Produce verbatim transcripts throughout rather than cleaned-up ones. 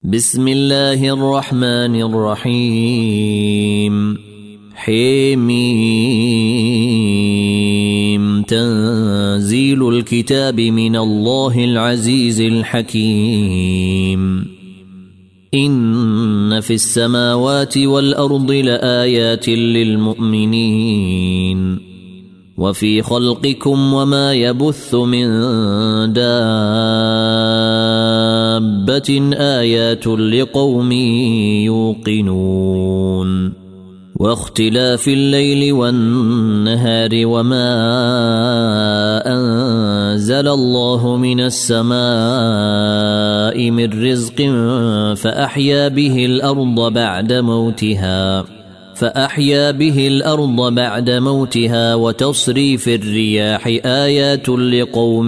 بسم الله الرحمن الرحيم. حميم تنزيل الكتاب من الله العزيز الحكيم. إن في السماوات والأرض لآيات للمؤمنين وفي خلقكم وما يبث من دابة آيات لقوم يوقنون واختلاف الليل والنهار وما أنزل الله من السماء من رزق فأحيا به الأرض بعد موتها فأحيا به الأرض بعد موتها وتصريف الرياح آيات لقوم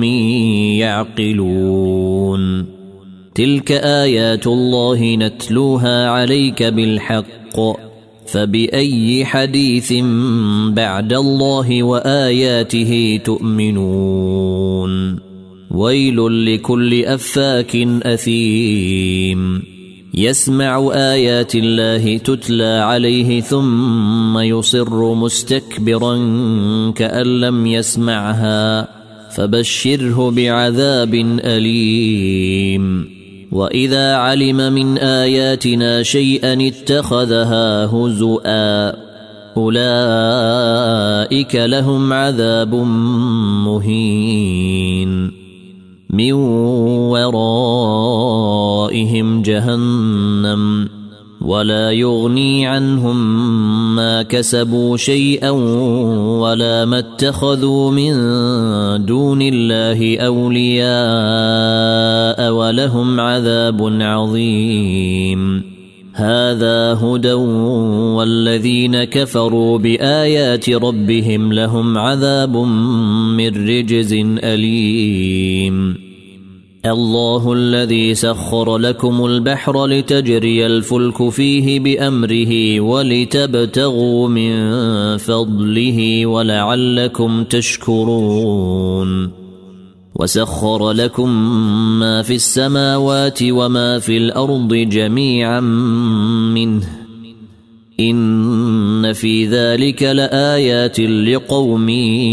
يعقلون. تلك آيات الله نتلوها عليك بالحق فبأي حديث بعد الله وآياته تؤمنون. ويل لكل أفاك أثيم يسمع آيات الله تتلى عليه ثم يصر مستكبرا كأن لم يسمعها فبشره بعذاب أليم. وإذا علم من آياتنا شيئا اتخذها هزؤا أولئك لهم عذاب مهين من ورائهم جهنم ولا يغني عنهم ما كسبوا شيئا ولا ما اتخذوا من دون الله أولياء ولهم عذاب عظيم. هذا هدى والذين كفروا بآيات ربهم لهم عذاب من رجز أليم. الله الذي سخر لكم البحر لتجري الفلك فيه بأمره ولتبتغوا من فضله ولعلكم تشكرون. وسخر لكم ما في السماوات وما في الأرض جميعا منه إن في ذلك لآيات لقوم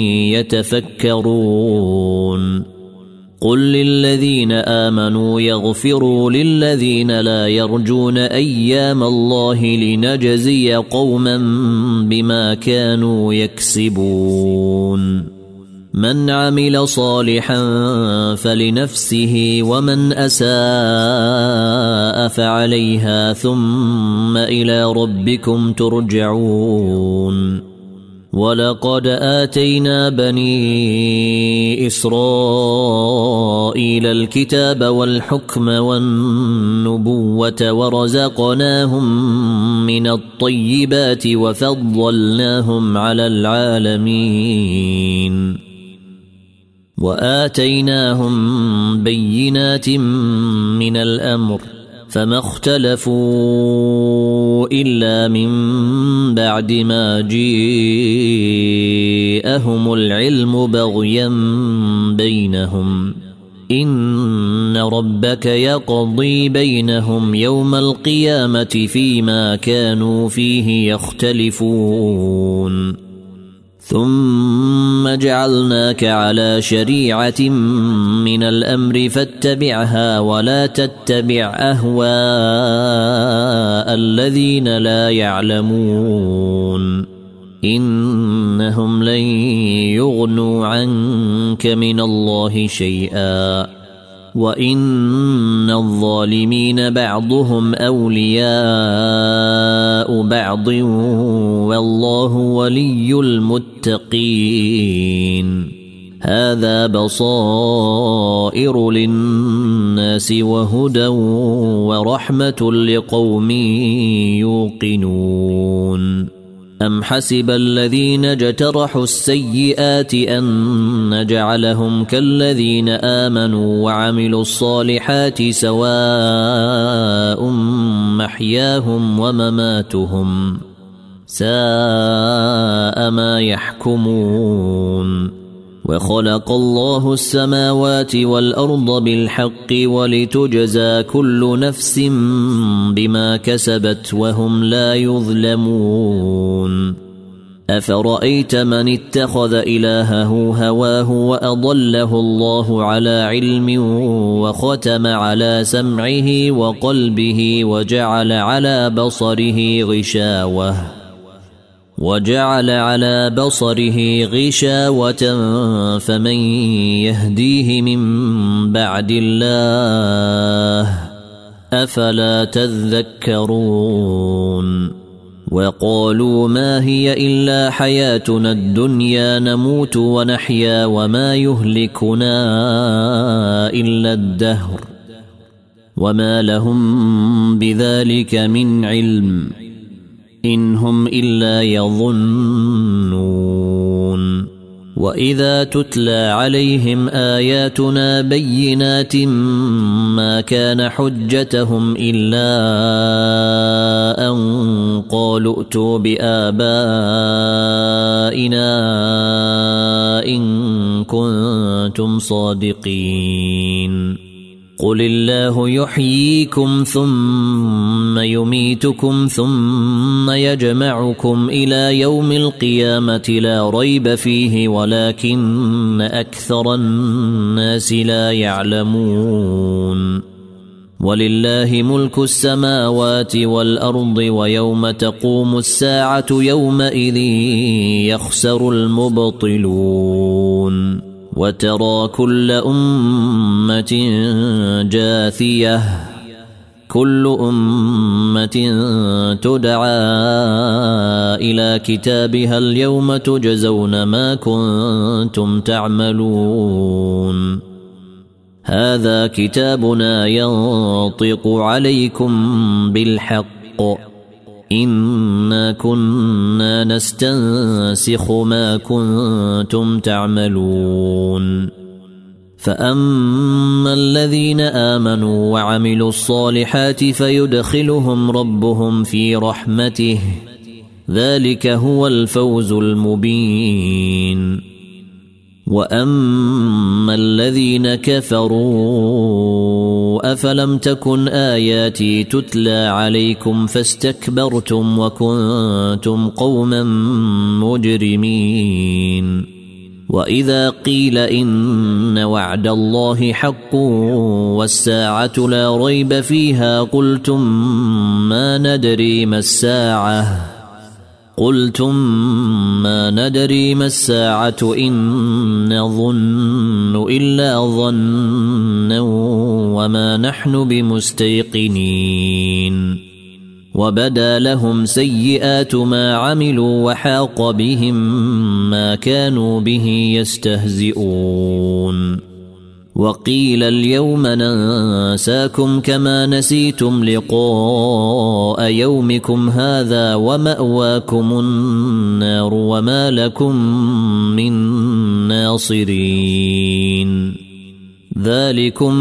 يتفكرون. قل للذين آمنوا يغفروا للذين لا يرجون أيام الله لنجزي قوما بما كانوا يكسبون. من عمل صالحا فلنفسه ومن أساء فعليها ثم إلى ربكم ترجعون. ولقد آتينا بني إسرائيل الكتاب والحكم والنبوة ورزقناهم من الطيبات وفضلناهم على العالمين وآتيناهم بينات من الأمر فما اختلفوا إلا من بعد ما جاءهم العلم بغيا بينهم. إن ربك يقضي بينهم يوم القيامة فيما كانوا فيه يختلفون. ثم جعلناك على شريعة من الأمر فاتبعها ولا تتبع أهواء الذين لا يعلمون إنهم لن يغنوا عنك من الله شيئا وإن الظالمين بعضهم أولياء بعض والله ولي المتقين. هذا بصائر للناس وهدى ورحمة لقوم يوقنون. أم حسب الذين اجترحوا السيئات أن نجعلهم كالذين آمنوا وعملوا الصالحات سواء محياهم ومماتهم ساء ما يحكمون. وخلق الله السماوات والأرض بالحق ولتجزى كل نفس بما كسبت وهم لا يظلمون أفرأيت من اتخذ إلهه هواه وأضله الله على علم وختم على سمعه وقلبه وجعل على بصره غشاوة وجعل على بصره غشاوة فمن يهديه من بعد الله أفلا تذكرون وقالوا ما هي إلا حياتنا الدنيا نموت ونحيا وما يهلكنا إلا الدهر وما لهم بذلك من علم إن هم إلا يظنون وإذا تتلى عليهم آياتنا بينات ما كان حجتهم إلا أن قالوا ائتوا بآبائنا إن كنتم صادقين قل الله يحييكم ثم يميتكم ثم يجمعكم إلى يوم القيامة لا ريب فيه ولكن أكثر الناس لا يعلمون ولله ملك السماوات والأرض ويوم تقوم الساعة يومئذ يخسر المبطلون وترى كل أمة جاثية كل أمة تدعى إلى كتابها اليوم تجزون ما كنتم تعملون هذا كتابنا ينطق عليكم بالحق إنا كنا نستنسخ ما كنتم تعملون فأما الذين آمنوا وعملوا الصالحات فيدخلهم ربهم في رحمته ذلك هو الفوز المبين وأما الذين كفروا أفلم تكن آياتي تتلى عليكم فاستكبرتم وكنتم قوما مجرمين وإذا قيل إن وعد الله حق والساعة لا ريب فيها قلتم ما ندري ما الساعة قلتم ما ندري ما الساعة إن نظن إلا ظنا وما نحن بمستيقنين وبدا لهم سيئات ما عملوا وحاق بهم ما كانوا به يستهزئون وقيل اليوم ننساكم كما نسيتم لقاء يومكم هذا ومأواكم النار وما لكم من ناصرين ذلكم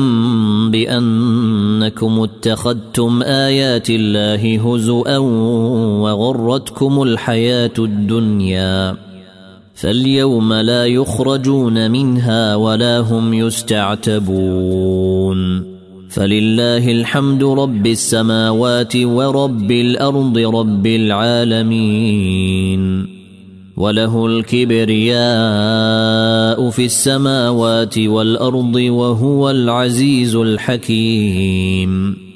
بأنكم اتخذتم آيات الله هزؤا وغرتكم الحياة الدنيا فاليوم لا يخرجون منها ولا هم يستعتبون فلله الحمد رب السماوات ورب الأرض رب العالمين وله الكبرياء في السماوات والأرض وهو العزيز الحكيم